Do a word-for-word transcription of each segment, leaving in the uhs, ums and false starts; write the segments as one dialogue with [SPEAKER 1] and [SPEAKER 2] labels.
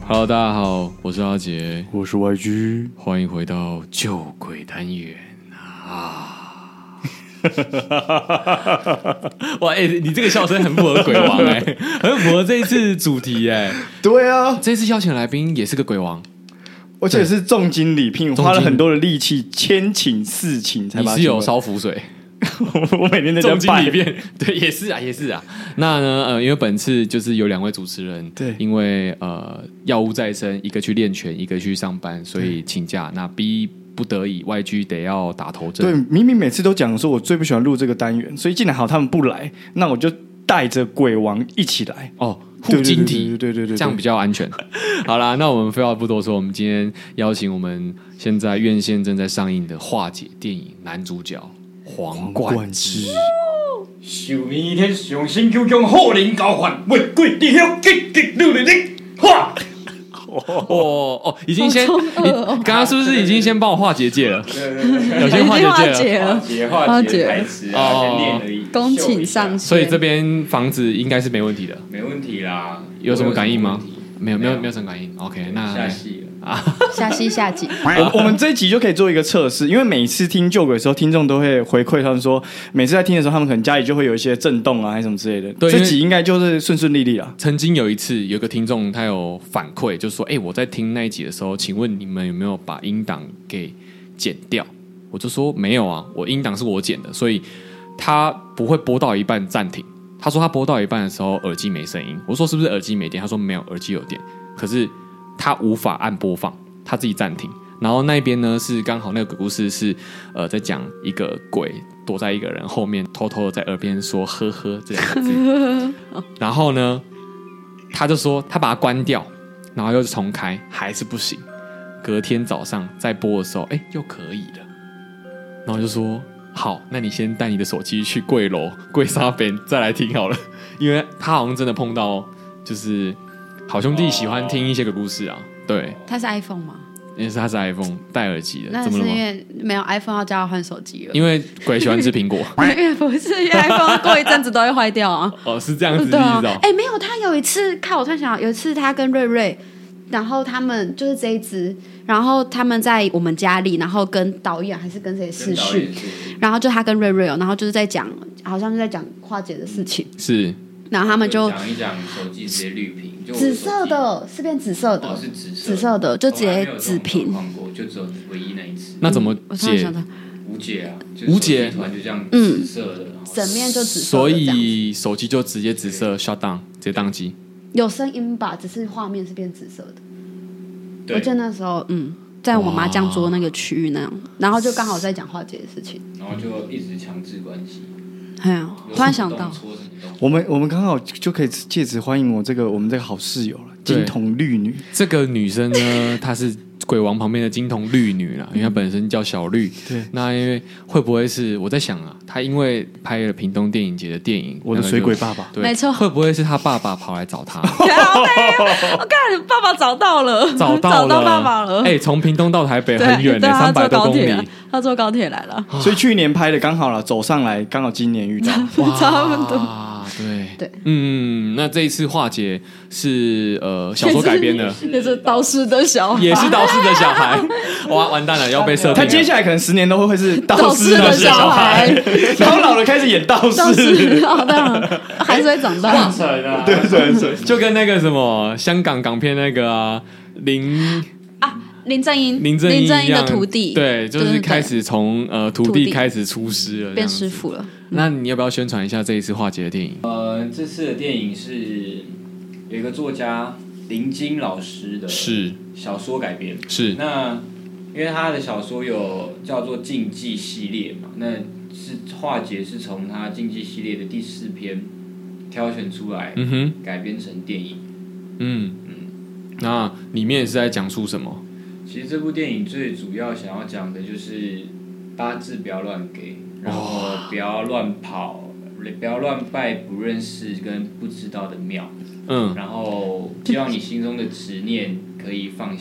[SPEAKER 1] Hello， 大家好，我是阿杰，
[SPEAKER 2] 我是 Y G，
[SPEAKER 1] 欢迎回到旧鬼单元啊！哇，哎、欸，你这个笑声很符合鬼王哎、欸，很符合这一次主题哎、欸。
[SPEAKER 2] 对啊，
[SPEAKER 1] 这次邀请的来宾也是个鬼王，
[SPEAKER 2] 而且是重金礼聘，花了很多的力气，千请四请才把。
[SPEAKER 1] 你是有烧符水？
[SPEAKER 2] 我每天在家拜，
[SPEAKER 1] 对，也是啊，也是啊。那呢，呃，因为本次就是有两位主持人，
[SPEAKER 2] 对，
[SPEAKER 1] 因为呃药物在身，一个去练拳，一个去上班，所以请假。那逼不得已 ，Y G 得要打头阵。
[SPEAKER 2] 对，明明每次都讲说我最不喜欢录这个单元，所以既然好他们不来，那我就带着鬼王一起来
[SPEAKER 1] 哦。护晶体，
[SPEAKER 2] 对对对对，
[SPEAKER 1] 这样比较安全。好啦，那我们废话不多说，我们今天邀请我们现在院线正在上映的《化解》电影男主角黄冠之。
[SPEAKER 3] 寿弥天上神求强，好人交换，玫瑰地香，激激怒的你，化。
[SPEAKER 1] 哦哦，已经先，刚刚是不是已经先帮我化结界了？有些化结界了，
[SPEAKER 3] 化解化解台词啊，先练而已。
[SPEAKER 4] 恭请上线。
[SPEAKER 1] 所以这边房子应该是没问题的，
[SPEAKER 3] 没问题啦。
[SPEAKER 1] 有什么感应吗？没有，没有，没有什么感应。OK， 那
[SPEAKER 3] 下戏了
[SPEAKER 1] 啊，
[SPEAKER 4] 下戏下集。
[SPEAKER 2] 我我们这一集就可以做一个测试，因为每次听旧鬼的时候，听众都会回馈他们说，每次在听的时候，他们可能家里就会有一些震动啊，还是什么之类的。
[SPEAKER 1] 对，
[SPEAKER 2] 这集应该就是顺顺利利啦。
[SPEAKER 1] 曾经有一次，有个听众他有反馈，就说：“哎、欸，我在听那一集的时候，请问你们有没有把音档给剪掉？”我就说：“没有啊，我音档是我剪的，所以他不会播到一半暂停。”他说他播到一半的时候耳机没声音，我说是不是耳机没电？他说没有，耳机有电，可是他无法按播放，他自己暂停。然后那边呢是刚好那个鬼故事是呃在讲一个鬼躲在一个人后面，偷偷的在耳边说呵呵这两个字，然后呢他就说他把它关掉，然后又重开，还是不行。隔天早上再播的时候，哎又可以了，然后就说。好，那你先带你的手机去柜楼柜沙边再来听好了，因为他好像真的碰到，就是好兄弟喜欢听一些个故事啊。对，
[SPEAKER 4] 他是 iPhone 吗？
[SPEAKER 1] 因为是他是 iPhone 戴耳机的，
[SPEAKER 4] 那是因为没有 iPhone 要叫他换手机了。
[SPEAKER 1] 因为鬼喜欢吃苹果，
[SPEAKER 4] 因为不是，因为 iPhone 过一阵子都会坏掉啊。
[SPEAKER 1] 哦，是这样子的意思哦。
[SPEAKER 4] 哎、欸，没有，他有一次看我突然想到，有一次他跟瑞瑞。然后他们就是这一支，然后他们在我们家里，然后跟导演还是跟谁视讯，然后就他跟瑞瑞哦，然后就是在讲，好像是在讲化解的事情，
[SPEAKER 1] 是，
[SPEAKER 4] 然后他们就
[SPEAKER 3] 讲一讲手机直接绿屏，
[SPEAKER 4] 紫色的，是变紫色的，
[SPEAKER 3] 哦是紫色，
[SPEAKER 4] 紫色的就直接紫屏，
[SPEAKER 3] 就只有唯一那一次，
[SPEAKER 1] 那怎么解？
[SPEAKER 4] 嗯、
[SPEAKER 3] 无解啊，
[SPEAKER 1] 无解，
[SPEAKER 3] 突然就这样紫色的，
[SPEAKER 4] 整面就紫色的，
[SPEAKER 1] 所以手机就直接紫色 shut down， 直接宕机。
[SPEAKER 4] 有声音吧，只是画面是变紫色的。我记得那时候，嗯，在我麻将桌那个区域那样，然后就刚好在讲化解的事情，
[SPEAKER 3] 然后就一直强制关系。
[SPEAKER 4] 哎呀，突然想到，
[SPEAKER 2] 我们我们刚好就可以借此欢迎我这个我们这个好室友了，金童绿女。
[SPEAKER 1] 这个女生呢，她是鬼王旁边的金童绿女啦，因为她本身叫小绿。
[SPEAKER 2] 对，
[SPEAKER 1] 那因为会不会是我在想啊，她因为拍了屏东电影节的电影《
[SPEAKER 2] 我的水鬼爸爸》，
[SPEAKER 1] 对，
[SPEAKER 4] 没错，
[SPEAKER 1] 会不会是她爸爸跑来找她？
[SPEAKER 4] 我看爸爸找到了，
[SPEAKER 1] 找到了，
[SPEAKER 4] 找到爸爸了。
[SPEAKER 1] 哎、欸，从屏东到台北很远的，三百多公里，
[SPEAKER 4] 他坐高铁来了，
[SPEAKER 2] 所以去年拍的刚好了，走上来刚好今年遇到，
[SPEAKER 4] 差不多。
[SPEAKER 1] 对
[SPEAKER 4] 对，
[SPEAKER 1] 嗯，那这一次化解是呃小说改编的，
[SPEAKER 4] 也是道士的小孩，
[SPEAKER 1] 也是道士的小孩，哇，完蛋了，要被设定了。
[SPEAKER 2] 他接下来可能十年都会是道士的小孩，然后老了开始演道士，
[SPEAKER 4] 道士哦，当然还是会长大，
[SPEAKER 2] 对对对，
[SPEAKER 1] 就跟那个什么香港港片那个啊林。
[SPEAKER 4] 林正英，
[SPEAKER 1] 林正英
[SPEAKER 4] 的徒弟，
[SPEAKER 1] 对，就是开始从呃徒弟开始出师了，
[SPEAKER 4] 变师傅了。
[SPEAKER 1] 那你要不要宣传一下这一次化解的电影？
[SPEAKER 3] 呃，这次的电影是有一个作家林金老师的
[SPEAKER 1] 是
[SPEAKER 3] 小说改编，
[SPEAKER 1] 是
[SPEAKER 3] 那因为他的小说有叫做禁忌系列嘛，那是化解是从他禁忌系列的第四篇挑选出来，
[SPEAKER 1] 嗯哼，
[SPEAKER 3] 改编成电影。
[SPEAKER 1] 嗯嗯，那里面是在讲述什么？
[SPEAKER 3] 其实这部电影最主要想要讲的就是八字不要乱给，然后不要乱跑，不要乱拜不认识跟不知道的庙。嗯，然后希望你心中的执念可以放下来，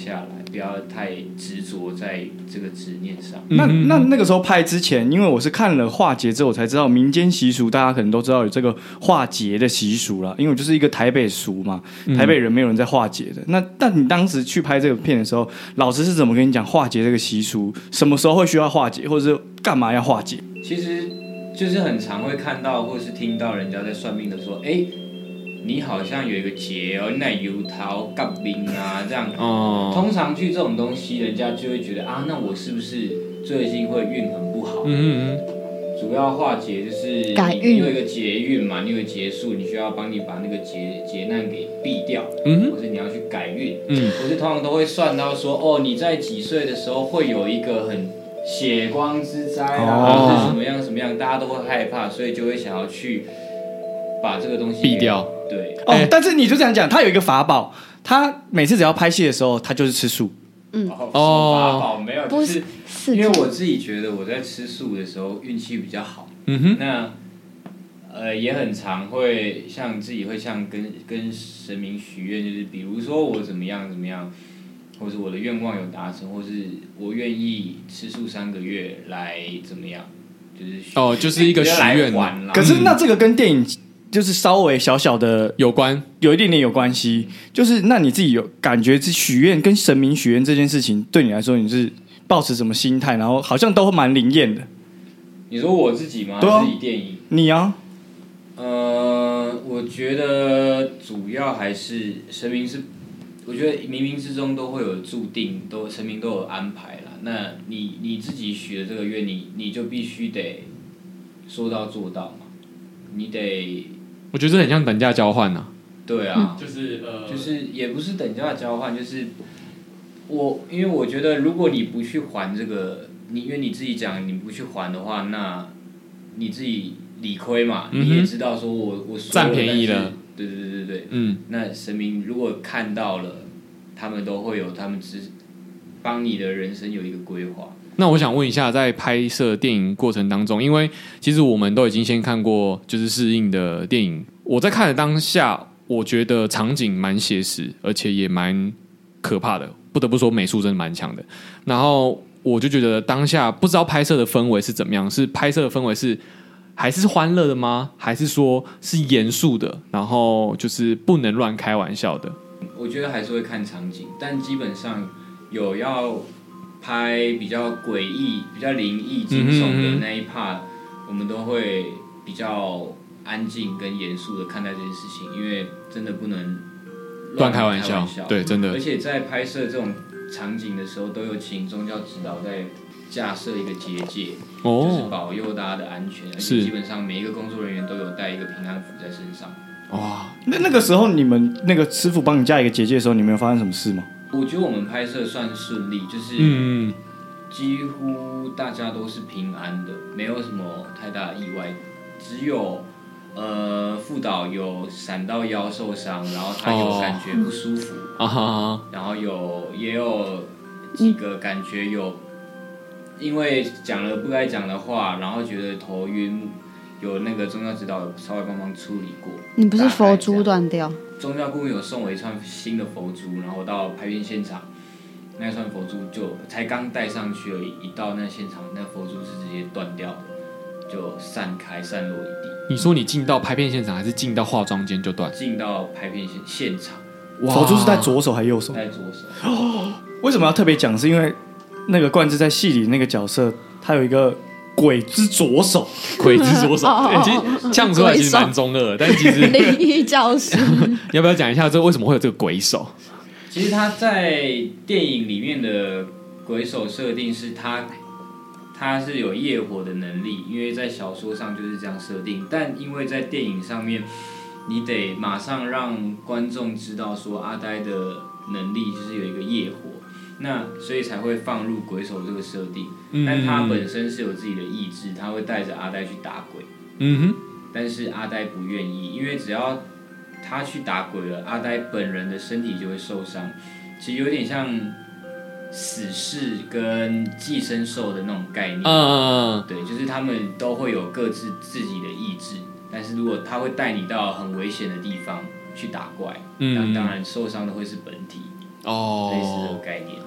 [SPEAKER 3] 不要太执着在这个执念上。
[SPEAKER 2] 那那那个时候拍之前，因为我是看了化节之后，我才知道民间习俗，大家可能都知道有这个化节的习俗啦。因为我就是一个台北俗嘛，台北人没有人在化节的。那但你当时去拍这个片的时候，老师是怎么跟你讲化节这个习俗？什么时候会需要化节，或者是干嘛要化节？
[SPEAKER 3] 其实就是很常会看到或是听到人家在算命的说，哎。你好像有一个节哦，那油桃、嘎冰啊，这样。哦。通常去这种东西，人家就会觉得啊，那我是不是最近会运很不好？嗯嗯。主要化节就是
[SPEAKER 4] 改运，
[SPEAKER 3] 你有一个劫运嘛，你有一个劫数，你需要帮你把那个劫劫难给避掉，嗯，或者你要去改运，嗯，或是通常都会算到说，哦，你在几岁的时候会有一个很血光之灾啊，哦、或是什么样什么样，大家都会害怕，所以就会想要去把这个东西
[SPEAKER 1] 避掉。
[SPEAKER 3] 对，
[SPEAKER 2] 哦，欸、但是你就这样讲，他有一个法宝，他每次只要拍戏的时候，他就是吃素。
[SPEAKER 3] 嗯，哦，法宝没有，就是因为我自己觉得我在吃素的时候运气比较好。嗯哼，那呃也很常会像自己会像跟跟神明许愿，就是比如说我怎么样怎么样，或是我的愿望有达成，或是我愿意吃素三个月来怎么样，就是
[SPEAKER 1] 哦，就是一个许愿
[SPEAKER 3] 啦。
[SPEAKER 2] 可是那这个跟电影。就是稍微小小的
[SPEAKER 1] 有关，
[SPEAKER 2] 有一点点有关系。就是那你自己有感觉，许愿跟神明许愿这件事情，对你来说，你是抱持什么心态？然后好像都蛮灵验的。
[SPEAKER 3] 你说我自己吗？
[SPEAKER 2] 对啊，
[SPEAKER 3] 自己电影。
[SPEAKER 2] 你啊？
[SPEAKER 3] 呃，我觉得主要还是神明是，我觉得冥冥之中都会有注定，都神明都有安排啦。那你你自己许的这个愿，你你就必须得说到做到嘛，你得。
[SPEAKER 1] 我觉得这很像等价交换啊。
[SPEAKER 3] 对啊，
[SPEAKER 1] 就是呃，
[SPEAKER 3] 就是也不是等价交换，就是我因为我觉得，如果你不去还这个，你因为你自己讲你不去还的话，那你自己理亏嘛，嗯、你也知道说我我
[SPEAKER 1] 占便宜了，
[SPEAKER 3] 对对对对对，嗯，那神明如果看到了，他们都会有他们只帮你的人生有一个规划。
[SPEAKER 1] 那我想问一下，在拍摄电影过程当中，因为其实我们都已经先看过就是适应的电影，我在看的当下，我觉得场景蛮写实，而且也蛮可怕的，不得不说美术真的蛮强的。然后我就觉得当下不知道拍摄的氛围是怎么样，是拍摄的氛围是还是欢乐的吗？还是说是严肃的？然后就是不能乱开玩笑的？
[SPEAKER 3] 我觉得还是会看场景，但基本上有要。拍比较诡异、比较灵异、惊悚的那一 part，、嗯、我们都会比较安静跟严肃的看待这件事情，因为真的不能
[SPEAKER 1] 乱开玩笑。对，真的。
[SPEAKER 3] 而且在拍摄这种场景的时候，都有请宗教指导在架设一个结界，哦、就是保佑大家的安全。而且基本上每一个工作人员都有带一个平安符在身上。
[SPEAKER 2] 哇，那那个时候你们那个师傅帮你架一个结界的时候，你们有发生什么事吗？
[SPEAKER 3] 我觉得我们拍摄算顺利，就是几乎大家都是平安的，没有什么太大的意外，只有呃副导有闪到腰受伤，然后他有感觉不舒服，哦、然后有也有几个感觉有因为讲了不该讲的话，然后觉得头晕。有那个宗教指导有稍微帮忙处理过。
[SPEAKER 4] 你不是佛珠断掉？
[SPEAKER 3] 宗教顾问有送我一串新的佛珠，然后到拍片现场，那串佛珠就才刚戴上去而已，一到那现场，那佛珠是直接断掉的，就散开散落一地。
[SPEAKER 1] 你说你进到拍片现场，还是进到化妆间就断？
[SPEAKER 3] 进到拍片现现场。
[SPEAKER 2] 佛珠是在左手还是右手？
[SPEAKER 3] 在左手。
[SPEAKER 2] 哦，为什么要特别讲？是因为那个冠志在戏里那个角色，他有一个。鬼之左手，
[SPEAKER 1] 鬼之左手，其实呛出来其实蛮中二的，但其实
[SPEAKER 4] 灵异教师，
[SPEAKER 1] 要不要讲一下这为什么会有这个鬼手？
[SPEAKER 3] 其实他在电影里面的鬼手设定是他，他是有业火的能力，因为在小说上就是这样设定，但因为在电影上面，你得马上让观众知道说阿呆的能力就是有一个业火。那所以才会放入鬼手这个设定，嗯、但他本身是有自己的意志，他会带着阿呆去打鬼。嗯哼，但是阿呆不愿意，因为只要他去打鬼了，阿呆本人的身体就会受伤。其实有点像死士跟寄生兽的那种概念。嗯，对，就是他们都会有各自自己的意志，但是如果他会带你到很危险的地方去打怪，嗯、那当然受伤的会是本体。哦，类似的概念。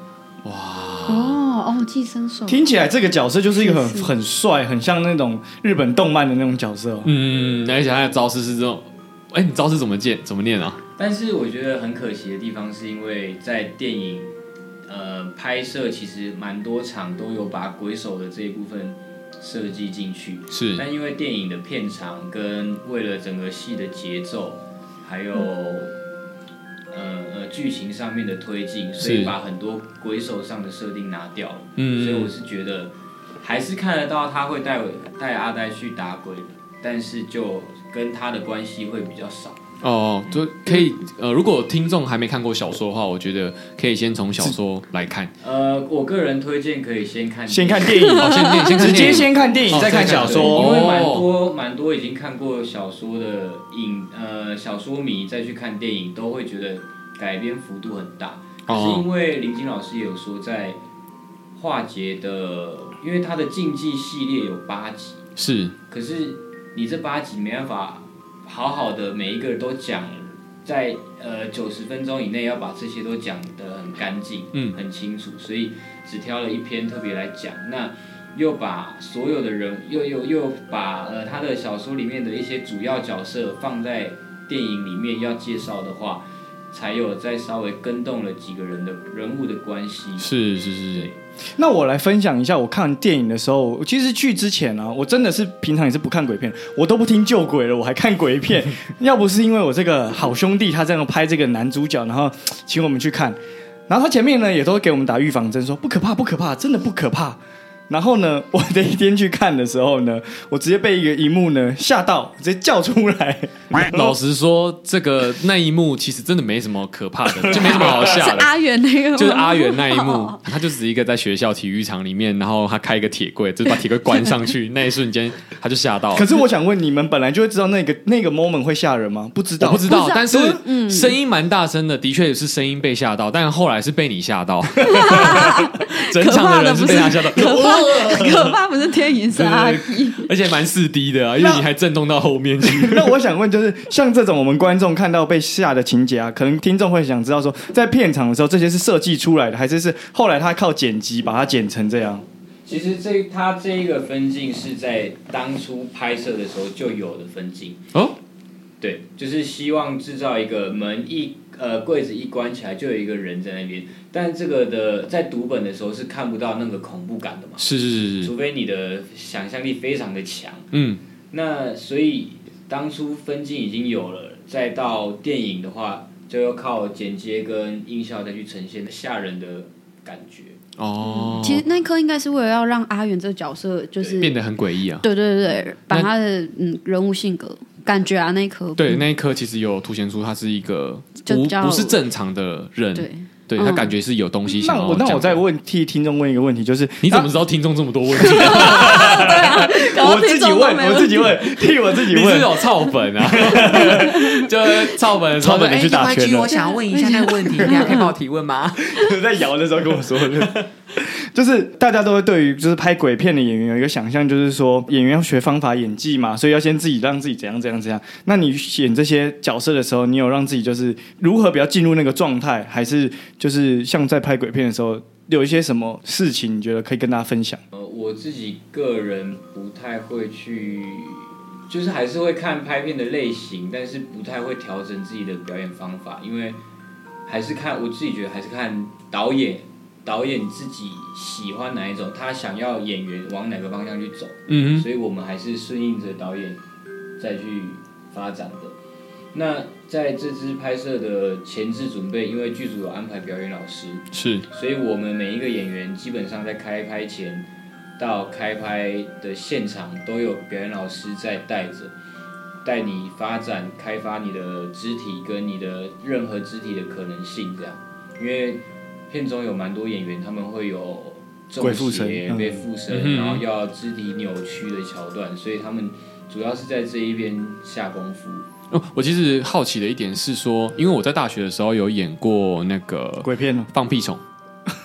[SPEAKER 1] 哇，
[SPEAKER 4] 哦哦，寄生兽
[SPEAKER 2] 听起来这个角色就是一个很很帅，很像那种日本动漫的那种角色、哦。
[SPEAKER 1] 嗯，而且他的招式是这种，哎，你招式怎么念？怎么念啊？
[SPEAKER 3] 但是我觉得很可惜的地方，是因为在电影呃拍摄，其实蛮多场都有把鬼手的这一部分设计进去，
[SPEAKER 1] 是，
[SPEAKER 3] 但因为电影的片长跟为了整个戏的节奏，还有呃呃剧情上面的推进，所以把很多鬼手上的设定拿掉了。嗯，所以我是觉得还是看得到他会带带阿呆去打鬼，但是就跟他的关系会比较少。
[SPEAKER 1] 哦，就可以呃，如果听众还没看过小说的话，我觉得可以先从小说来看。
[SPEAKER 3] 呃，我个人推荐可以先看
[SPEAKER 2] 先看电影，
[SPEAKER 1] 哦、先电先看
[SPEAKER 2] 直接先看电影，哦、再看小说，
[SPEAKER 3] 因为蛮多蛮多已经看过小说的影呃小说迷再去看电影，都会觉得改编幅度很大。可是因为林金老师也有说，在化解的，因为他的竞技系列有八集，
[SPEAKER 1] 是，
[SPEAKER 3] 可是你这八集没办法好好的每一个人都讲，在呃九十分钟以内要把这些都讲得很干净，嗯，很清楚，所以只挑了一篇特别来讲。那又把所有的人，又又又把呃他的小说里面的一些主要角色放在电影里面要介绍的话，才有再稍微跟动了几个人的人物的关系。
[SPEAKER 1] 是是是是。
[SPEAKER 2] 那我来分享一下，我看电影的时候，其实去之前啊，我真的是平常也是不看鬼片，我都不听救鬼了，我还看鬼片。要不是因为我这个好兄弟他这样拍这个男主角，然后请我们去看，然后他前面呢也都给我们打预防针，说不可怕，不可怕，真的不可怕。然后呢，我那一天去看的时候呢，我直接被一个一幕呢吓到，直接叫出来。
[SPEAKER 1] 老实说，这个那一幕其实真的没什么可怕的，就没什么好吓的。
[SPEAKER 4] 是阿元那个吗？
[SPEAKER 1] 就是阿元那一幕，他就只是一个在学校体育场里面，然后他开一个铁柜，就是把铁柜关上去，那一瞬间他就吓到了。
[SPEAKER 2] 可是我想问，你们本来就会知道那个那个 moment 会吓人吗？不知道，
[SPEAKER 1] 我不知道，但是声音蛮大声的，的确是声音被吓到，但后来是被你吓到。整场的人是被他吓到。
[SPEAKER 4] 可怕不是天影，是阿姨，
[SPEAKER 1] 而且蛮四 D 的啊，因为你还震动到后面去。
[SPEAKER 2] 那我想问，就是像这种我们观众看到被吓的情节啊，可能听众会想知道说，在片场的时候这些是设计出来的，还是是后来他靠剪辑把它剪成这样？
[SPEAKER 3] 其实这他这一个分镜是在当初拍摄的时候就有的分镜哦，对，就是希望制造一个门一呃柜子一关起来就有一个人在那边。但这个的在读本的时候是看不到那个恐怖感的嘛？
[SPEAKER 1] 是是是是，
[SPEAKER 3] 除非你的想象力非常的强。
[SPEAKER 1] 嗯，
[SPEAKER 3] 那所以当初分镜已经有了，再到电影的话，就要靠剪接跟音效再去呈现吓人的感觉。
[SPEAKER 1] 哦，
[SPEAKER 4] 其实那一刻应该是为了要让阿元这个角色就是
[SPEAKER 1] 变得很诡异啊。
[SPEAKER 4] 对对对，把他的嗯人物性格感觉啊那一刻，
[SPEAKER 1] 对那一刻其实有凸显出他是一个不不是正常的人。
[SPEAKER 4] 对。
[SPEAKER 1] 对、嗯、他感觉是有东西想要讲的。
[SPEAKER 2] 那我那我再问替听众问一个问题，就是
[SPEAKER 1] 你怎么知道听众这么多问题、啊？
[SPEAKER 2] 我自己问，我自己问，替我自己问。
[SPEAKER 1] 你是有操粉啊？就是操粉，
[SPEAKER 2] 操粉你去打拳了。
[SPEAKER 5] 我想要问一下那个问题，你还可以帮我提问吗？
[SPEAKER 2] 在摇的时候跟我说的。就是大家都会对于就是拍鬼片的演员有一个想象，就是说演员要学方法演技嘛，所以要先自己让自己怎样怎样怎样。那你演这些角色的时候，你有让自己就是如何比较进入那个状态，还是就是像在拍鬼片的时候有一些什么事情，你觉得可以跟大家分享？
[SPEAKER 3] 呃，我自己个人不太会去，就是还是会看拍片的类型，但是不太会调整自己的表演方法，因为还是看我自己觉得还是看导演。导演自己喜欢哪一种，他想要演员往哪个方向去走，嗯，所以我们还是顺应着导演再去发展的。那在这支拍摄的前置准备，因为剧组有安排表演老师，
[SPEAKER 1] 是，
[SPEAKER 3] 所以我们每一个演员基本上在开拍前到开拍的现场都有表演老师在带着，带你发展、开发你的肢体跟你的任何肢体的可能性，这样，因为。片中有蛮多演员，他们会有中邪、被附身，嗯、然后要肢体扭曲的桥段，所以他们主要是在这一边下功夫。
[SPEAKER 1] 哦，我其实好奇的一点是说，因为我在大学的时候有演过那个
[SPEAKER 2] 鬼片
[SPEAKER 1] 放屁虫，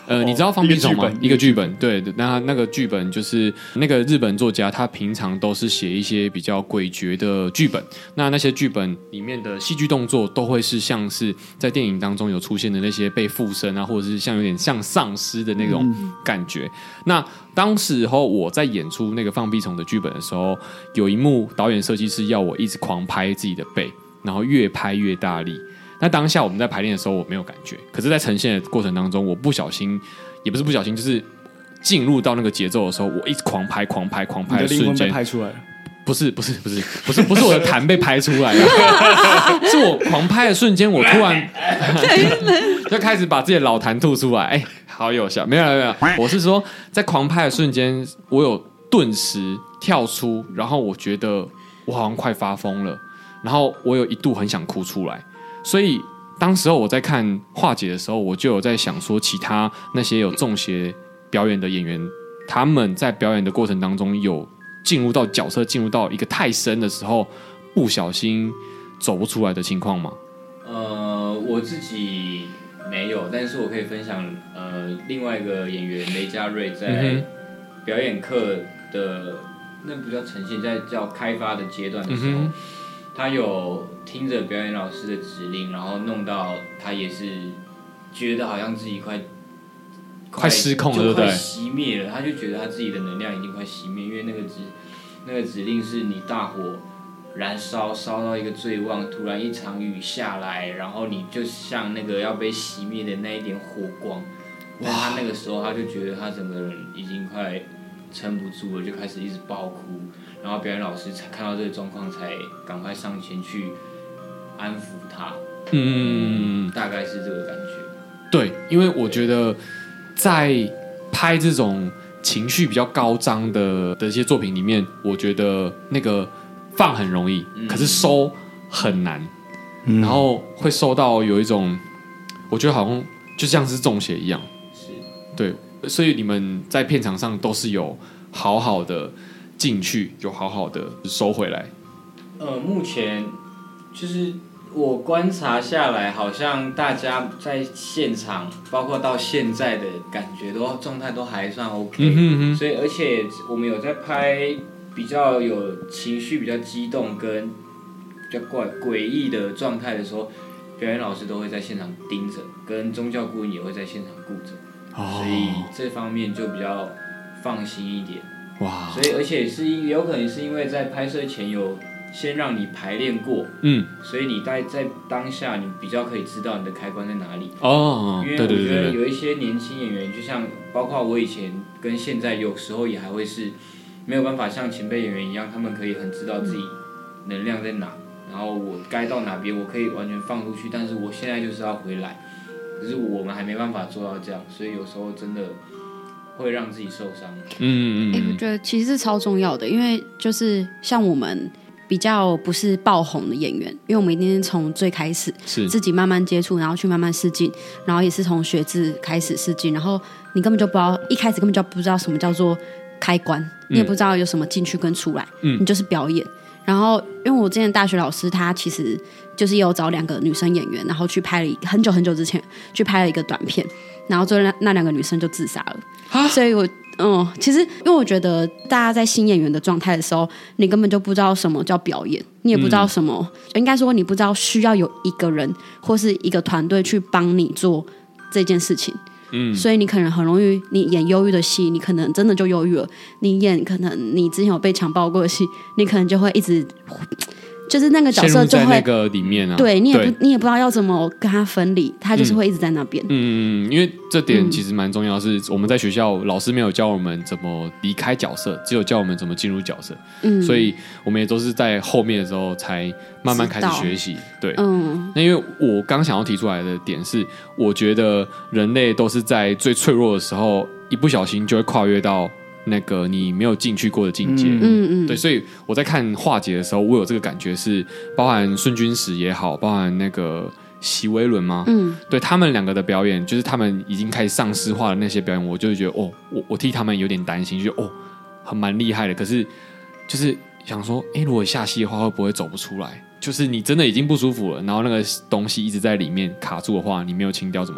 [SPEAKER 1] 呃，你知道放屁虫吗？一个剧本，对，那那个剧本就是那个日本作家，他平常都是写一些比较诡谲的剧本。那那些剧本里面的戏剧动作都会是像是在电影当中有出现的那些被附身啊，或者是像有点像丧尸的那种感觉。嗯、那当时候我在演出那个放屁虫的剧本的时候，有一幕导演设计师要我一直狂拍自己的背，然后越拍越大力。那当下我们在排练的时候我没有感觉，可是在呈现的过程当中，我不小心，也不是不小心，就是进入到那个节奏的时候，我一直狂拍狂拍狂拍的瞬间，
[SPEAKER 2] 你的灵魂被拍出来了。
[SPEAKER 1] 不是不是不是不是不是我的痰被拍出来了，是我狂拍的瞬间，我突然就开始把自己的老痰吐出来，哎、欸，好有效，没有没有，我是说在狂拍的瞬间，我有顿时跳出，然后我觉得我好像快发疯了，然后我有一度很想哭出来。所以当时候我在看化解的时候，我就有在想说，其他那些有中邪表演的演员，他们在表演的过程当中有进入到角色，进入到一个太深的时候，不小心走不出来的情况吗？
[SPEAKER 3] 呃，我自己没有，但是我可以分享，呃，另外一个演员雷佳瑞在表演课的、嗯、那不叫呈现，在叫开发的阶段的时候。嗯，他有听着表演老师的指令，然后弄到他也是觉得好像自己快
[SPEAKER 1] 快失控了，对不对？
[SPEAKER 3] 快熄灭了，他就觉得他自己的能量已经快熄灭，因为那个指那个指令是你大火燃烧烧到一个最旺，突然一场雨下来，然后你就像那个要被熄灭的那一点火光。但他那个时候他就觉得他整个人已经快撑不住了，就开始一直爆哭。然后表演老师才看到这个状况，才赶快上前去安抚他。嗯，大概是这个感觉。
[SPEAKER 1] 对，因为我觉得在拍这种情绪比较高涨的的一些作品里面，我觉得那个放很容易，嗯、可是收很难，嗯、然后会收到有一种，我觉得好像就像是中邪一样。
[SPEAKER 3] 是，
[SPEAKER 1] 对，所以你们在片场上都是有好好的进去，有好好的收回来。
[SPEAKER 3] 呃，目前就是我观察下来，好像大家在现场，包括到现在的感觉都状态都还算 OK。嗯哼哼，所以而且我们有在拍比较有情绪、比较激动跟比较怪诡异的状态的时候，表演老师都会在现场盯着，跟宗教顾问也会在现场顾着，哦、所以这方面就比较放心一点。哇！所以而且是有可能是因为在拍摄前有先让你排练过，嗯，所以你在在当下你比较可以知道你的开关在哪里。哦，因为我觉得有一些年轻演员，就像包括我以前跟现在，有时候也还会是没有办法像前辈演员一样，他们可以很知道自己能量在哪，然后我该到哪边，我可以完全放出去，但是我现在就是要回来，可是我们还没办法做到这样，所以有时候真的会让自己受伤。
[SPEAKER 4] 嗯嗯、欸、我觉得其实是超重要的，因为就是像我们比较不是爆红的演员，因为我们一定是从最开始自己慢慢接触，然后去慢慢试镜，然后也是从学制开始试镜，然后你根本就不知道，一开始根本就不知道什么叫做开关，你也不知道有什么进去跟出来，嗯、你就是表演。然后因为我之前大学老师他其实就是有找两个女生演员，然后去拍了很久很久之前去拍了一个短片，然后最后那那两个女生就自杀了，所以我嗯，其实因为我觉得大家在新演员的状态的时候，你根本就不知道什么叫表演，你也不知道什么，嗯、应该说你不知道需要有一个人或是一个团队去帮你做这件事情。嗯，所以你可能很容易，你演忧郁的戏，你可能真的就忧郁了；你演可能你之前有被强暴过的戏，你可能就会一直。就是那个角色就会
[SPEAKER 1] 陷入在那个里面啊，
[SPEAKER 4] 对你也不你也不知道要怎么跟他分离，他就是会一直在那边。
[SPEAKER 1] 嗯嗯，因为这点其实蛮重要的是，我们在学校老师没有教我们怎么离开角色，只有教我们怎么进入角色。嗯，所以我们也都是在后面的时候才慢慢开始学习。对，嗯，那因为我刚想要提出来的点是，我觉得人类都是在最脆弱的时候，一不小心就会跨越到那个你没有进去过的境界。嗯嗯，对，所以我在看化解的时候，我有这个感觉是，包含顺君史也好，包含那个席维伦吗？嗯，对他们两个的表演，就是他们已经开始丧尸化的那些表演，我就觉得哦，我我替他们有点担心，就觉得哦，很蛮厉害的。可是就是想说，哎，如果下戏的话，会不会走不出来？就是你真的已经不舒服了，然后那个东西一直在里面卡住的话，你没有清掉怎么办？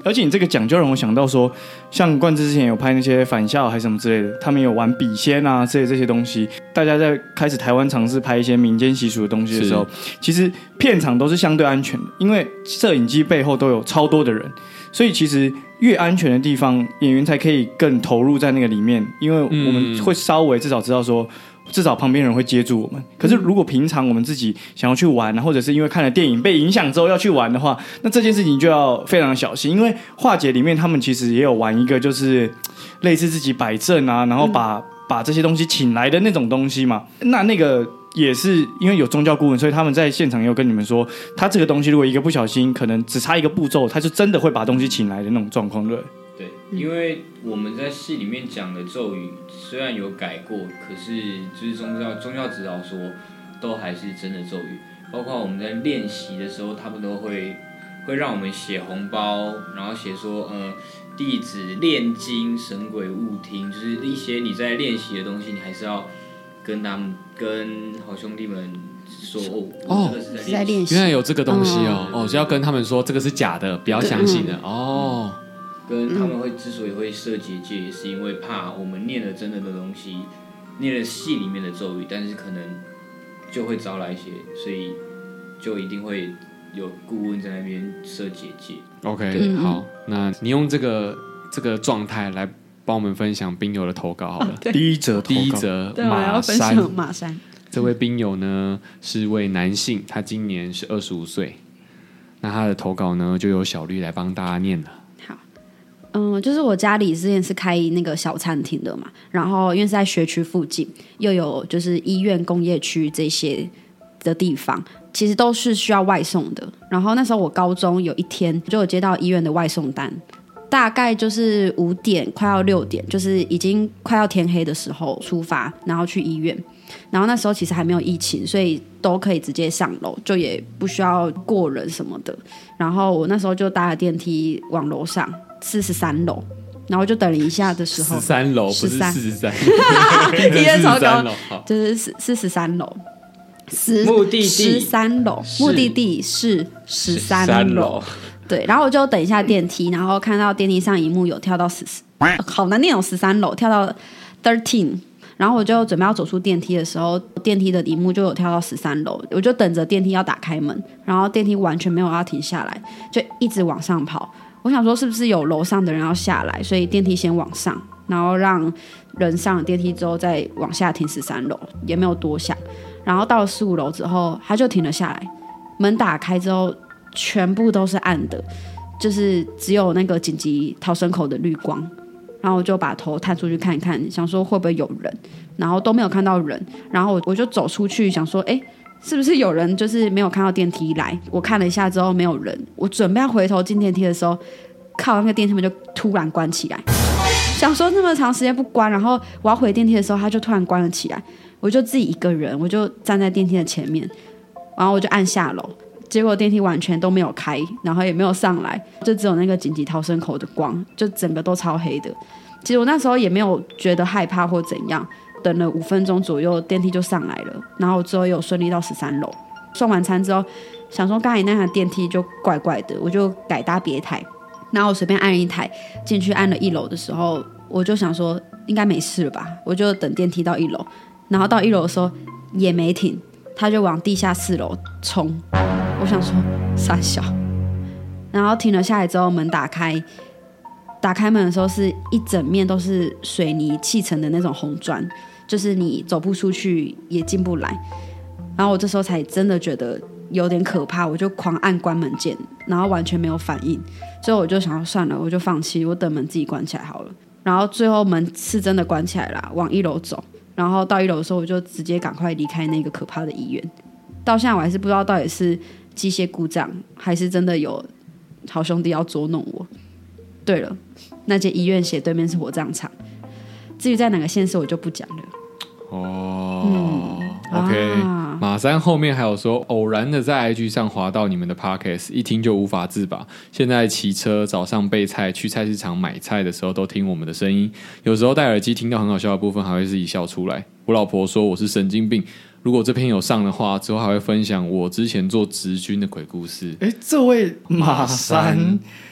[SPEAKER 2] 而且你这个讲就让我想到说，像冠之之前有拍那些返校还是什么之类的，他们有玩笔仙啊之类这些东西。大家在开始台湾尝试拍一些民间习俗的东西的时候，其实片场都是相对安全的，因为摄影机背后都有超多的人，所以其实越安全的地方，演员才可以更投入在那个里面，因为我们会稍微至少知道说。至少旁边人会接住我们。可是如果平常我们自己想要去玩，或者是因为看了电影被影响之后要去玩的话，那这件事情就要非常小心。因为化解里面他们其实也有玩一个就是类似自己摆阵啊，然后把、嗯、把这些东西请来的那种东西嘛。那那个也是因为有宗教顾问，所以他们在现场也有跟你们说，他这个东西如果一个不小心可能只差一个步骤，他就真的会把东西请来的那种状况。对
[SPEAKER 3] 对，因为我们在戏里面讲的咒语虽然有改过，可是就是宗教宗教指导说都还是真的咒语。包括我们在练习的时候，他们都会会让我们写红包，然后写说呃弟子炼金神鬼勿听，就是一些你在练习的东西，你还是要跟他们跟好兄弟们说哦，这个是在练习。
[SPEAKER 1] 原来有这个东西哦，哦，就要跟他们说这个是假的，不要相信的、嗯、哦。
[SPEAKER 3] 跟他们会之所以会设结界，也是因为怕我们念了真的的东西，念了戏里面的咒语，但是可能就会招来一些，所以就一定会有顾问在那边设结界。
[SPEAKER 1] OK， 好，那你用这个这个状态来帮我们分享冰友的投稿好了。
[SPEAKER 2] 哦、第一则投稿，
[SPEAKER 1] 第一则马山，马山。这位冰友呢是位男性，他今年是二十五岁。那他的投稿呢，就由小绿来帮大家念了。
[SPEAKER 4] 嗯，就是我家里之前是开那个小餐厅的嘛，然后因为是在学区附近，又有就是医院、工业区这些的地方，其实都是需要外送的。然后那时候我高中有一天就有接到医院的外送单，大概就是五点快要六点，就是已经快要天黑的时候出发，然后去医院。然后那时候其实还没有疫情，所以都可以直接上楼，就也不需要过人什么的。然后我那时候就搭了电梯往楼上。是十三楼，然后就等了一下的时候，
[SPEAKER 1] 十三楼不是四十三，
[SPEAKER 4] 第二超高，就是是是十三楼，
[SPEAKER 3] 目的地
[SPEAKER 4] 十三楼，目的地是十三楼，对，然后我就等一下电梯，然后看到电梯上荧幕有跳到十，好难念哦，十三楼跳到 thirteen， 然后我就准备要走出电梯的时候，电梯的荧幕就有跳到十三楼，我就等着电梯要打开门，然后电梯完全没有要停下来，就一直往上跑。我想说是不是有楼上的人要下来，所以电梯先往上，然后让人上了电梯之后再往下停十三楼，也没有多想。然后到了十五楼之后，他就停了下来，门打开之后全部都是暗的，就是只有那个紧急逃生口的绿光。然后我就把头探出去看一看，想说会不会有人，然后都没有看到人。然后我我就走出去想说，哎，是不是有人就是没有看到电梯来？我看了一下之后没有人，我准备要回头进电梯的时候，靠那个电梯门就突然关起来。想说那么长时间不关，然后我要回电梯的时候，它就突然关了起来。我就自己一个人，我就站在电梯的前面，然后我就按下楼，结果电梯完全都没有开，然后也没有上来，就只有那个紧急逃生口的光，就整个都超黑的。其实我那时候也没有觉得害怕或怎样。等了五分钟左右，电梯就上来了，然后之后有顺利到十三楼。送完餐之后，想说刚才那台电梯就怪怪的，我就改搭别台。然后我随便按一台进去，按了一楼的时候，我就想说应该没事了吧，我就等电梯到一楼。然后到一楼的时候也没停，他就往地下四楼冲。我想说傻小，然后停了下来之后，门打开。打开门的时候是一整面都是水泥砌成的那种红砖，就是你走不出去也进不来。然后我这时候才真的觉得有点可怕，我就狂按关门键，然后完全没有反应。所以我就想算了，我就放弃，我等门自己关起来好了。然后最后门是真的关起来了，往一楼走。然后到一楼的时候，我就直接赶快离开那个可怕的医院。到现在我还是不知道到底是机械故障，还是真的有好兄弟要捉弄我。对了，那间医院斜对面是火葬场，至于在哪个县市我就不讲了。
[SPEAKER 1] 哦、嗯、，OK，、啊、马山后面还有说，偶然的在 I G 上滑到你们的 Podcast， 一听就无法自拔。现在骑车、早上备菜、去菜市场买菜的时候都听我们的声音，有时候戴耳机听到很好笑的部分，还会自己笑出来。我老婆说我是神经病。如果这篇有上的话，之后还会分享我之前做职军的鬼故事。
[SPEAKER 2] 哎，这位马山。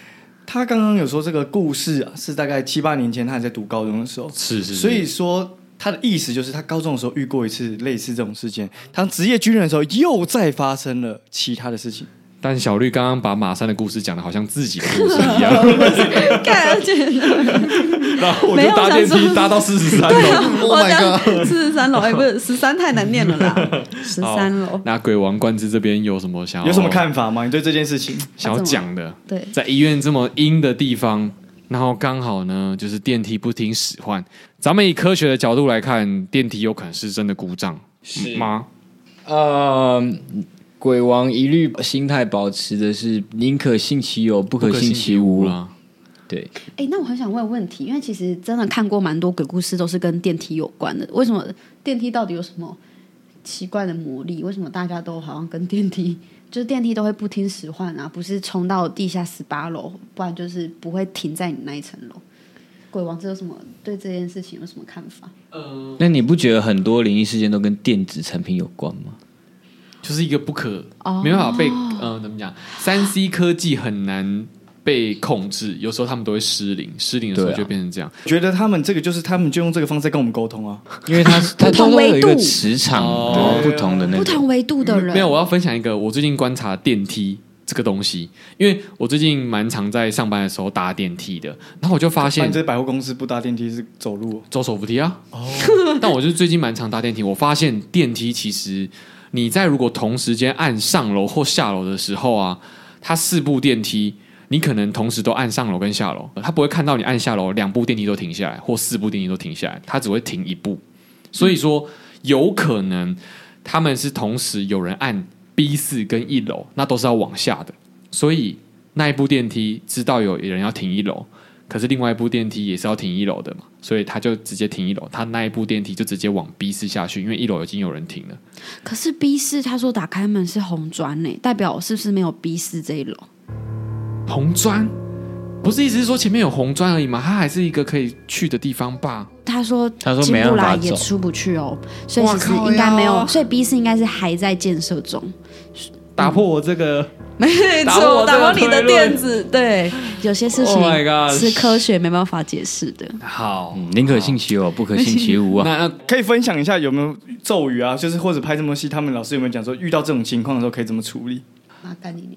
[SPEAKER 2] 他刚刚有说这个故事啊，是大概七八年前他还在读高中的时候，
[SPEAKER 1] 是是是，
[SPEAKER 2] 所以说他的意思就是他高中的时候遇过一次类似这种事件，当职业军人的时候又再发生了其他的事情。
[SPEAKER 1] 但小绿刚刚把马山的故事讲的好像自己的故事一样，
[SPEAKER 4] 感觉
[SPEAKER 1] 然后我就搭电梯搭到四十三楼
[SPEAKER 4] ，Oh my god， 四十三楼，哎，不是十三太难念了啦，十三楼。
[SPEAKER 1] 那鬼王冠之这边有什么想要
[SPEAKER 2] 有什么看法吗？你对这件事情
[SPEAKER 1] 想要讲的？
[SPEAKER 4] 对，
[SPEAKER 1] 在医院这么阴的地方，然后刚好呢，就是电梯不听使唤。咱们以科学的角度来看，电梯有可能是真的故障，是吗？
[SPEAKER 3] 呃。鬼王一律心态保持的是宁可信其有，不可信其无
[SPEAKER 1] 啦。
[SPEAKER 3] 对，
[SPEAKER 4] 哎，那我很想问问题，因为其实真的看过蛮多鬼故事，都是跟电梯有关的。为什么电梯到底有什么奇怪的魔力？为什么大家都好像跟电梯，就是电梯都会不听使唤啊？不是冲到地下十八楼，不然就是不会停在你那一层楼。鬼王这有什么对这件事情有什么看法？
[SPEAKER 3] 呃，那你不觉得很多灵异事件都跟电子产品有关吗？
[SPEAKER 1] 就是一个不可、
[SPEAKER 4] oh.
[SPEAKER 1] 没办法被呃怎么讲，三 C 科技很难被控制，有时候他们都会失灵，失灵的时候就变成这样。
[SPEAKER 2] 觉得他们这个就是他们就用这个方式跟我们沟通啊，
[SPEAKER 3] 因为他他
[SPEAKER 4] 不同维度
[SPEAKER 3] 都有一个磁场，哦、不同的那个
[SPEAKER 4] 不同维度的人。
[SPEAKER 1] 没有，我要分享一个我最近观察电梯这个东西，因为我最近蛮常在上班的时候搭电梯的，然后我就发现，
[SPEAKER 2] 你这百货公司不搭电梯是走路、哦，
[SPEAKER 1] 走手扶梯啊。哦，但我就最近蛮常搭电梯，我发现电梯其实。你在如果同时间按上楼或下楼的时候啊，它四部电梯，你可能同时都按上楼跟下楼，它不会看到你按下楼两部电梯都停下来，或四部电梯都停下来，它只会停一部。所以说，有可能他们是同时有人按 B 四跟一楼，那都是要往下的，所以那一部电梯知道有人要停一楼。可是另外一部电梯也是要停一楼的嘛，所以他就直接停一楼，他那一部电梯就直接往 B 四下去，因为一楼已经有人停了。
[SPEAKER 4] 可是 B 四他说打开门是红砖呢，代表是不是没有 B 四这一楼？
[SPEAKER 1] 红砖不是意思是说前面有红砖而已吗？它还是一个可以去的地方吧？
[SPEAKER 4] 他说
[SPEAKER 3] 他说
[SPEAKER 4] 进不来也出不去哦，所以其实应该没有，所以 B 四应该是还在建设中。
[SPEAKER 1] 打破我这个。
[SPEAKER 4] 没错，打破你的垫子。对，有些事情是科学没办法解释的。
[SPEAKER 1] 好，
[SPEAKER 3] 宁可信其有，不可信其无啊。
[SPEAKER 2] 那可以分享一下有没有咒语啊？就是或者拍这么戏，他们老师有没有讲说遇到这种情况的时候可以怎么处理？
[SPEAKER 4] 啊，干你娘！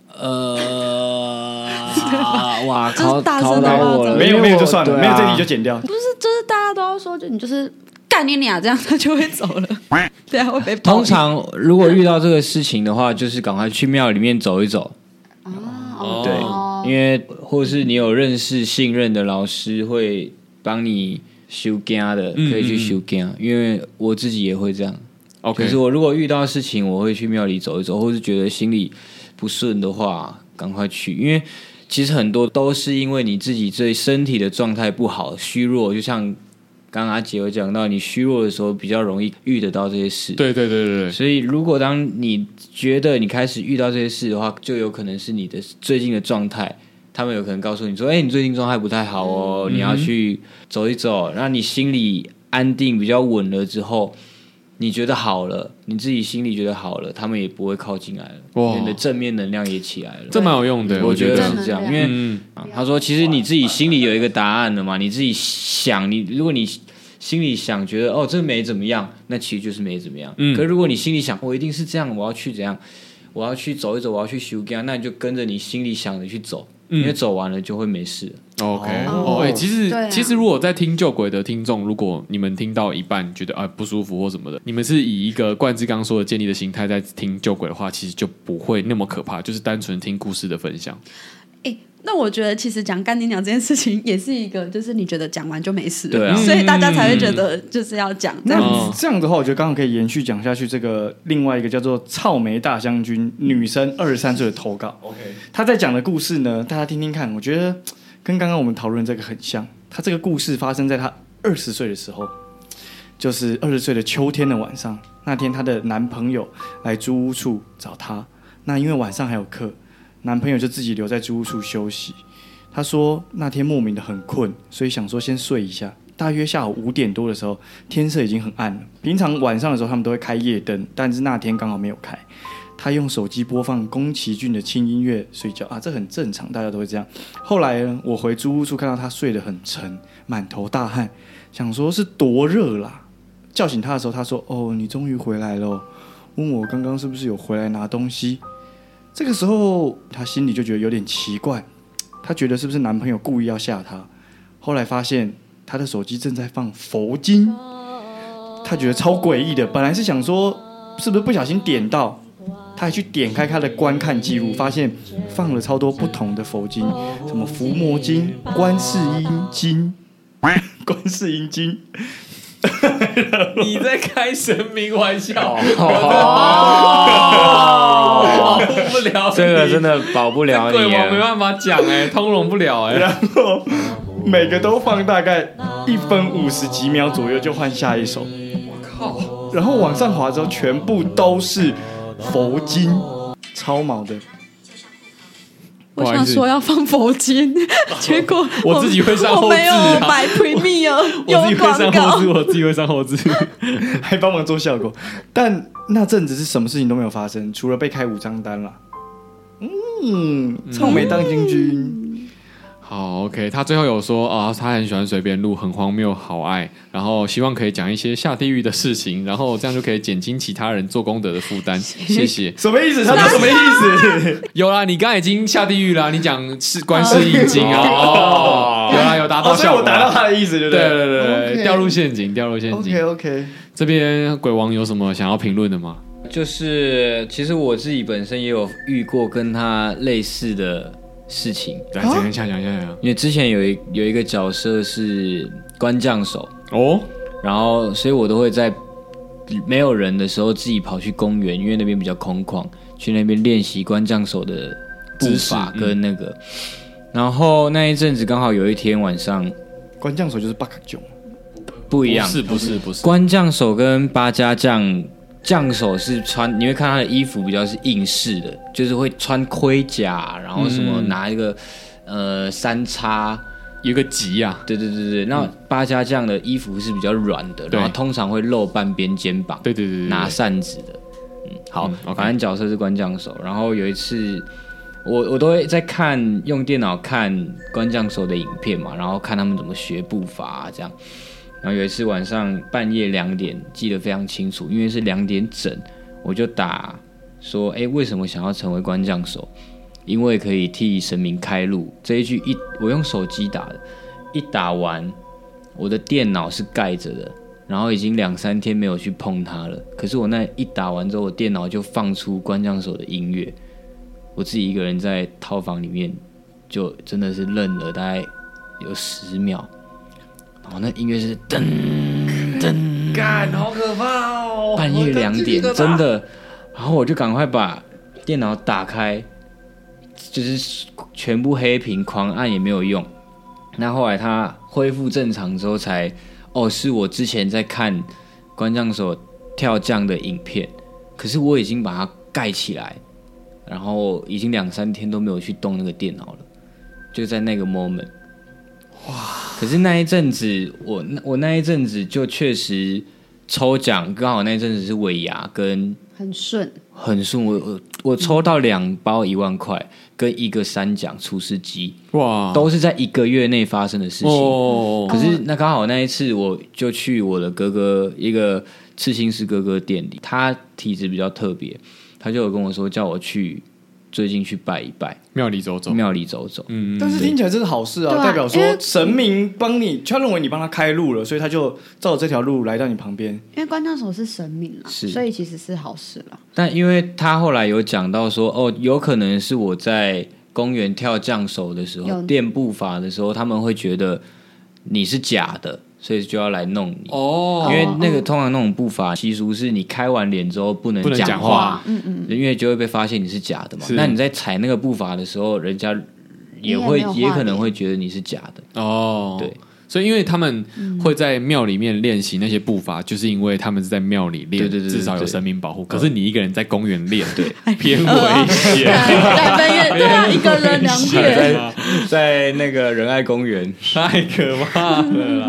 [SPEAKER 3] 呃，哇，
[SPEAKER 4] 就是大声的
[SPEAKER 3] 我了，
[SPEAKER 2] 没有没有就算了，没有这题就剪掉。
[SPEAKER 4] 不是，就是大家都要说，就你就是干你俩这样，他就会走了。对啊，会被
[SPEAKER 3] 通常如果遇到这个事情的话，就是赶快去庙里面走一走。
[SPEAKER 4] 哦，
[SPEAKER 3] 对，因为或是你有认识信任的老师会帮你修家的，可以去修家。因为我自己也会这样。
[SPEAKER 1] OK，
[SPEAKER 3] 就是我如果遇到事情，我会去庙里走一走，或是觉得心里不顺的话，赶快去。因为其实很多都是因为你自己对身体的状态不好、虚弱，就像。刚刚阿杰有讲到，你虚弱的时候比较容易遇得到这些事。
[SPEAKER 1] 对对对对对。
[SPEAKER 3] 所以，如果当你觉得你开始遇到这些事的话，就有可能是你的最近的状态。他们有可能告诉你说：“哎、欸，你最近状态不太好哦，嗯、你要去走一走，让你心里安定、比较稳了之后，你觉得好了，你自己心里觉得好了，他们也不会靠近来了，你的正面能量也起来了。
[SPEAKER 1] 这蛮有用的，
[SPEAKER 3] 我觉得
[SPEAKER 1] 是
[SPEAKER 3] 这样。因为、嗯啊、他说，其实你自己心里有一个答案了嘛，你自己想，你如果你。心里想觉得哦这没怎么样，那其实就是没怎么样。嗯，可是如果你心里想我一定是这样，我要去怎样，我要去走一走，我要去修家，那你就跟着你心里想的去走，嗯、因为走完了就会没事。
[SPEAKER 1] OK， 哦，哎、欸，其实、啊、其实如果在听救鬼的听众，如果你们听到一半觉得啊不舒服或什么的，你们是以一个冠之刚说的建立的心态在听救鬼的话，其实就不会那么可怕，就是单纯听故事的分享。
[SPEAKER 4] 欸，那我觉得其实讲干你娘这件事情也是一个，就是你觉得讲完就没事了，
[SPEAKER 3] 对啊，
[SPEAKER 4] 所以大家才会觉得就是要讲。
[SPEAKER 2] 那这样的话，我觉得刚好可以延续讲下去。这个另外一个叫做草莓大将军女生二十三岁的投稿 ，OK， 她在讲的故事呢，大家听听看，我觉得跟刚刚我们讨论这个很像。她这个故事发生在她二十岁的时候，就是二十岁的秋天的晚上。那天她的男朋友来租屋处找她，那因为晚上还有课。男朋友就自己留在租屋处休息。他说那天莫名的很困，所以想说先睡一下。大约下午五点多的时候，天色已经很暗了。平常晚上的时候他们都会开夜灯，但是那天刚好没有开。 他用手机播放宫崎骏的轻音乐睡觉啊，这很正常，大家都会这样。后来呢，我回租屋处看到他睡得很沉，满头大汗，想说是多热啦。叫醒他的时候，他说：“哦，你终于回来了。”问我刚刚是不是有回来拿东西。这个时候，他心里就觉得有点奇怪，他觉得是不是男朋友故意要吓他。后来发现他的手机正在放佛经，他觉得超诡异的。本来是想说是不是不小心点到，他还去点开他的观看记录，发现放了超多不同的佛经，什么伏魔经、观世音经、观世音经。
[SPEAKER 1] 你在开神明玩笑，
[SPEAKER 5] 哦，
[SPEAKER 1] 保护不了你，
[SPEAKER 5] 这个真的保不了你，
[SPEAKER 1] 鬼王没办法讲哎，通融不了哎。
[SPEAKER 2] 然后每个都放大概一分五十几秒左右，就换下一首。
[SPEAKER 1] 我靠！
[SPEAKER 2] 然后往上滑之后，全部都是佛经，超毛的。
[SPEAKER 4] 我想说要放佛经，结果
[SPEAKER 1] 我自己会上后置、啊，
[SPEAKER 4] 我没有买 Premium，
[SPEAKER 1] 我自己会上后置，我自己会上后置，
[SPEAKER 2] 还帮忙做效果。但那阵子是什么事情都没有发生，除了被开五张单啦。嗯，草莓当金君。
[SPEAKER 1] 好 ，OK， 他最后有说啊、哦，他很喜欢随便录，很荒谬，好爱，然后希望可以讲一些下地狱的事情，然后这样就可以减轻其他人做功德的负担。谢谢。
[SPEAKER 2] 什么意思？他说什么意思？
[SPEAKER 1] 有啦，你刚才已经下地狱啦，你讲是观世音经啊，哦，有啦，有达到效果，
[SPEAKER 2] 哦、所以我达到他的意思，对不对？
[SPEAKER 1] 对对对对， okay. 掉入陷阱，掉入陷阱。
[SPEAKER 2] OK OK，
[SPEAKER 1] 这边鬼王有什么想要评论的吗？
[SPEAKER 3] 就是其实我自己本身也有遇过跟他类似的事情，
[SPEAKER 1] 来讲一下，讲一下。
[SPEAKER 3] 因为之前有一有一个角色是官将手
[SPEAKER 1] 哦，
[SPEAKER 3] 然后所以我都会在没有人的时候自己跑去公园，因为那边比较空旷，去那边练习官将手的步伐跟那个。嗯、然后那一阵子刚好有一天晚上，
[SPEAKER 2] 官将手就是八卡囧，
[SPEAKER 3] 不一样，
[SPEAKER 1] 不是不是不是，
[SPEAKER 3] 官将手跟八家将。将手是穿，你会看他的衣服比较是硬式的，就是会穿盔甲，然后什么拿一个、嗯、呃三叉，
[SPEAKER 1] 有个级啊，
[SPEAKER 3] 对对对对。那八家将的衣服是比较软的，然后通常会露半边肩膀，
[SPEAKER 1] 对对 对, 对，
[SPEAKER 3] 拿扇子的。嗯，好，嗯 okay、反正角色是官将手。然后有一次，我我都会在看用电脑看官将手的影片嘛，然后看他们怎么学步伐、啊、这样。然后有一次晚上半夜两点，记得非常清楚，因为是两点整，我就打说：“哎，为什么想要成为官将手？因为可以替神明开路。”这一句一我用手机打的，一打完，我的电脑是盖着的，然后已经两三天没有去碰它了。可是我那一打完之后，我电脑就放出官将手的音乐，我自己一个人在套房里面，就真的是愣了大概有十秒。哦，那音乐是噔噔，
[SPEAKER 5] 干，好可怕哦！
[SPEAKER 3] 半夜两点，真的。然后我就赶快把电脑打开，就是全部黑屏，狂按也没有用。那后来它恢复正常之后才，哦，是我之前在看官将手跳将的影片，可是我已经把它盖起来，然后已经两三天都没有去动那个电脑了，就在那个 moment。哇！可是那一阵子，我我那一阵子就确实抽奖，刚好那一阵子是尾牙跟
[SPEAKER 4] 很顺，
[SPEAKER 3] 很顺。我我我抽到两包一万块，跟一个三奖厨师机，哇，都是在一个月内发生的事情。哦，可是那刚好那一次，我就去我的哥哥一个刺青师哥哥店里，他体质比较特别，他就有跟我说叫我去。最近去拜一拜，
[SPEAKER 1] 庙里走走，
[SPEAKER 3] 庙里走走。
[SPEAKER 2] 嗯，但是听起来这是好事啊，代表说神明帮你，他认为你帮他开路了，所以他就照这条路来到你旁边。
[SPEAKER 4] 因为官将手是神明啦，所以其实是好事啦。
[SPEAKER 3] 但因为他后来有讲到说，哦，有可能是我在公园跳将手的时候，练步伐的时候，他们会觉得你是假的。所以就要来弄你哦，因为那个通常那种步伐习俗是你开完脸之后不能讲话，嗯嗯，因为就会被发现你是假的嘛。那你在踩那个步伐的时候，人家也会 也, 也可能会觉得你是假的哦。对，
[SPEAKER 1] 所以因为他们会在庙里面练习那些步伐，就是因为他们是在庙里练，对对对，至少有神明保护。可是你一个人在公园练，对，偏危险。
[SPEAKER 4] 对啊，一个人两点，
[SPEAKER 3] 在在那个仁爱公园，
[SPEAKER 1] 太可怕了啦。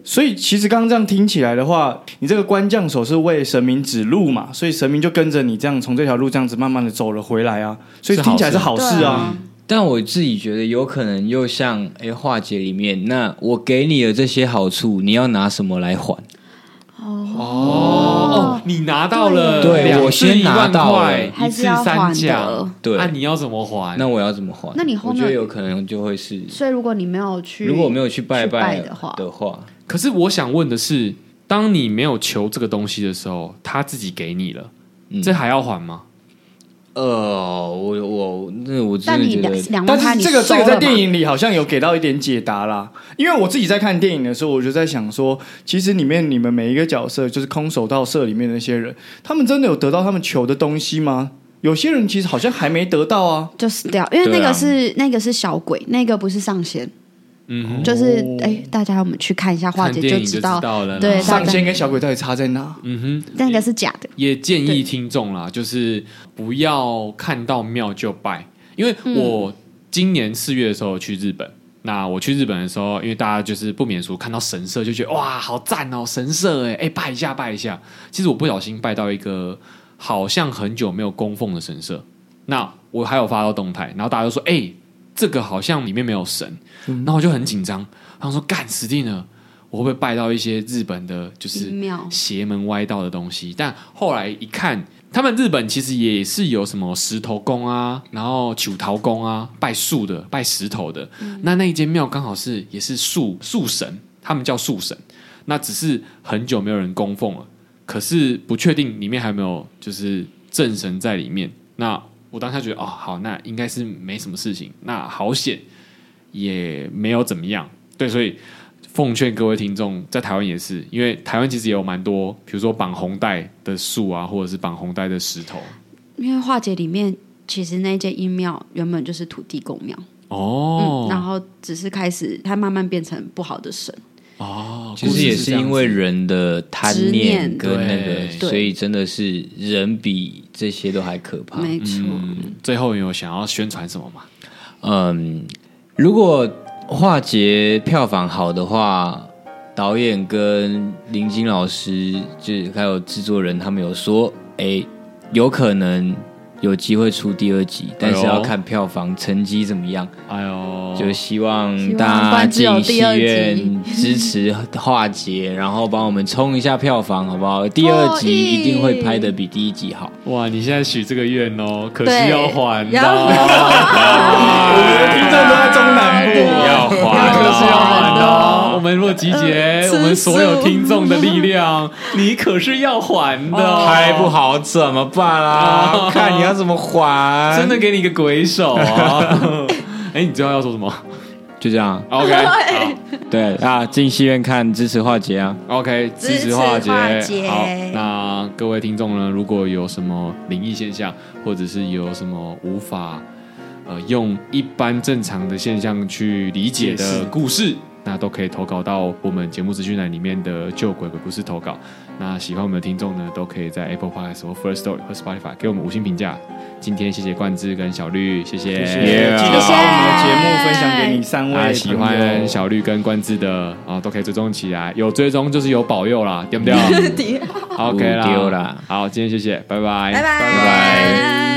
[SPEAKER 2] 所以其实刚刚这样听起来的话，你这个官将手是为神明指路嘛，所以神明就跟着你这样从这条路这样子慢慢的走了回来啊，所以听起来是好事啊。
[SPEAKER 5] 但我自己觉得有可能又像哎化解里面，那我给你的这些好处，你要拿什么来还？
[SPEAKER 1] 哦哦，你拿到了，
[SPEAKER 5] 对我先拿到了
[SPEAKER 1] 一次三奖，
[SPEAKER 5] 对，
[SPEAKER 1] 那、啊、你要怎么还？
[SPEAKER 5] 那我要怎么还？
[SPEAKER 4] 那你后面
[SPEAKER 5] 我觉得有可能就会是，
[SPEAKER 4] 所以如果你没有去，
[SPEAKER 5] 如果我没有去拜拜
[SPEAKER 4] 的话，
[SPEAKER 5] 的话，
[SPEAKER 1] 可是我想问的是，当你没有求这个东西的时候，他自己给你了，嗯、这还要还吗？
[SPEAKER 5] 呃，我我那我真的觉得，
[SPEAKER 2] 但是这个这个在电影里好像有给到一点解答啦。因为我自己在看电影的时候，我就在想说，其实里面你们每一个角色，就是空手道社里面的那些人，他们真的有得到他们求的东西吗？有些人其实好像还没得到啊，
[SPEAKER 4] 就死掉，因为那个是、啊、那个是小鬼，那个不是上仙。嗯，就是哎，大家我们去看一下化解就知道，
[SPEAKER 1] 知道了。
[SPEAKER 4] 对，
[SPEAKER 2] 上仙跟小鬼到底差在哪？
[SPEAKER 1] 嗯哼，
[SPEAKER 4] 那个是假的。
[SPEAKER 1] 也建议听众啦，就是不要看到庙就拜，因为我今年四月的时候去日本。嗯、那我去日本的时候，因为大家就是不免俗，看到神社就觉得哇，好赞哦，神社哎哎，拜一下拜一下。其实我不小心拜到一个好像很久没有供奉的神社，那我还有发到动态，然后大家就说哎。这个好像里面没有神，然后我就很紧张，然后说干死定了，我会不会拜到一些日本的就是邪门歪道的东西？但后来一看，他们日本其实也是有什么石头公啊，然后九桃公啊，拜树的，拜石头的。嗯、那那一间庙刚好是也是树树神，他们叫树神，那只是很久没有人供奉了，可是不确定里面还有没有就是正神在里面。那我当下觉得哦，好，那应该是没什么事情，那好险也没有怎么样。对，所以奉劝各位听众，在台湾也是，因为台湾其实也有蛮多，比如说绑红带的树啊，或者是绑红带的石头。
[SPEAKER 4] 因为化解里面其实那间阴庙原本就是土地公庙
[SPEAKER 1] 哦、
[SPEAKER 4] 嗯，然后只是开始它慢慢变成不好的神。
[SPEAKER 1] 哦，
[SPEAKER 5] 其实也是因为人的贪念跟那个，所以真的是人比这些都还可怕。
[SPEAKER 4] 没错、
[SPEAKER 1] 嗯。最后有想要宣传什么吗？
[SPEAKER 5] 嗯，如果化解票房好的话，导演跟林金老师就还有制作人他们有说，哎，有可能有机会出第二集，但是要看票房成绩怎么样。哎呦，就希望大家进戏院支持化解，然后帮我们冲一下票房，好不好？第二集一定会拍得比第一集好。
[SPEAKER 1] 哇，你现在许这个愿哦，可是要还的。
[SPEAKER 2] 我们的听众都在中南部，
[SPEAKER 5] 要还，
[SPEAKER 1] 可是要还的。我们如果集结我们所有听众的力量，你可是要还的。
[SPEAKER 5] 拍不好怎么办啊？看你要怎么还，
[SPEAKER 1] 真的给你一个鬼手啊！哎，你知道要说什么？
[SPEAKER 5] 就这样
[SPEAKER 1] ，OK， 好，
[SPEAKER 5] 对啊，进戏院看支持化解啊
[SPEAKER 1] ，OK， 支持化解。
[SPEAKER 4] 解
[SPEAKER 1] 好，那各位听众呢，如果有什么灵异现象，或者是有什么无法呃用一般正常的现象去理解的故事，那都可以投稿到我们节目资讯栏里面的旧鬼鬼故事投稿。那喜欢我们的听众呢，都可以在 Apple Podcast 或 First Story 和 Spotify 给我们五星评价。今天谢谢冠志跟小绿，谢谢，
[SPEAKER 2] 谢谢，记得把我们的节目分享给你三位、啊、
[SPEAKER 1] 喜欢小绿跟冠志的啊，都可以追踪起来。有追踪就是有保佑啦，对不对？OK 啦，好，今天谢谢，拜拜，
[SPEAKER 4] 拜拜，
[SPEAKER 1] 拜拜。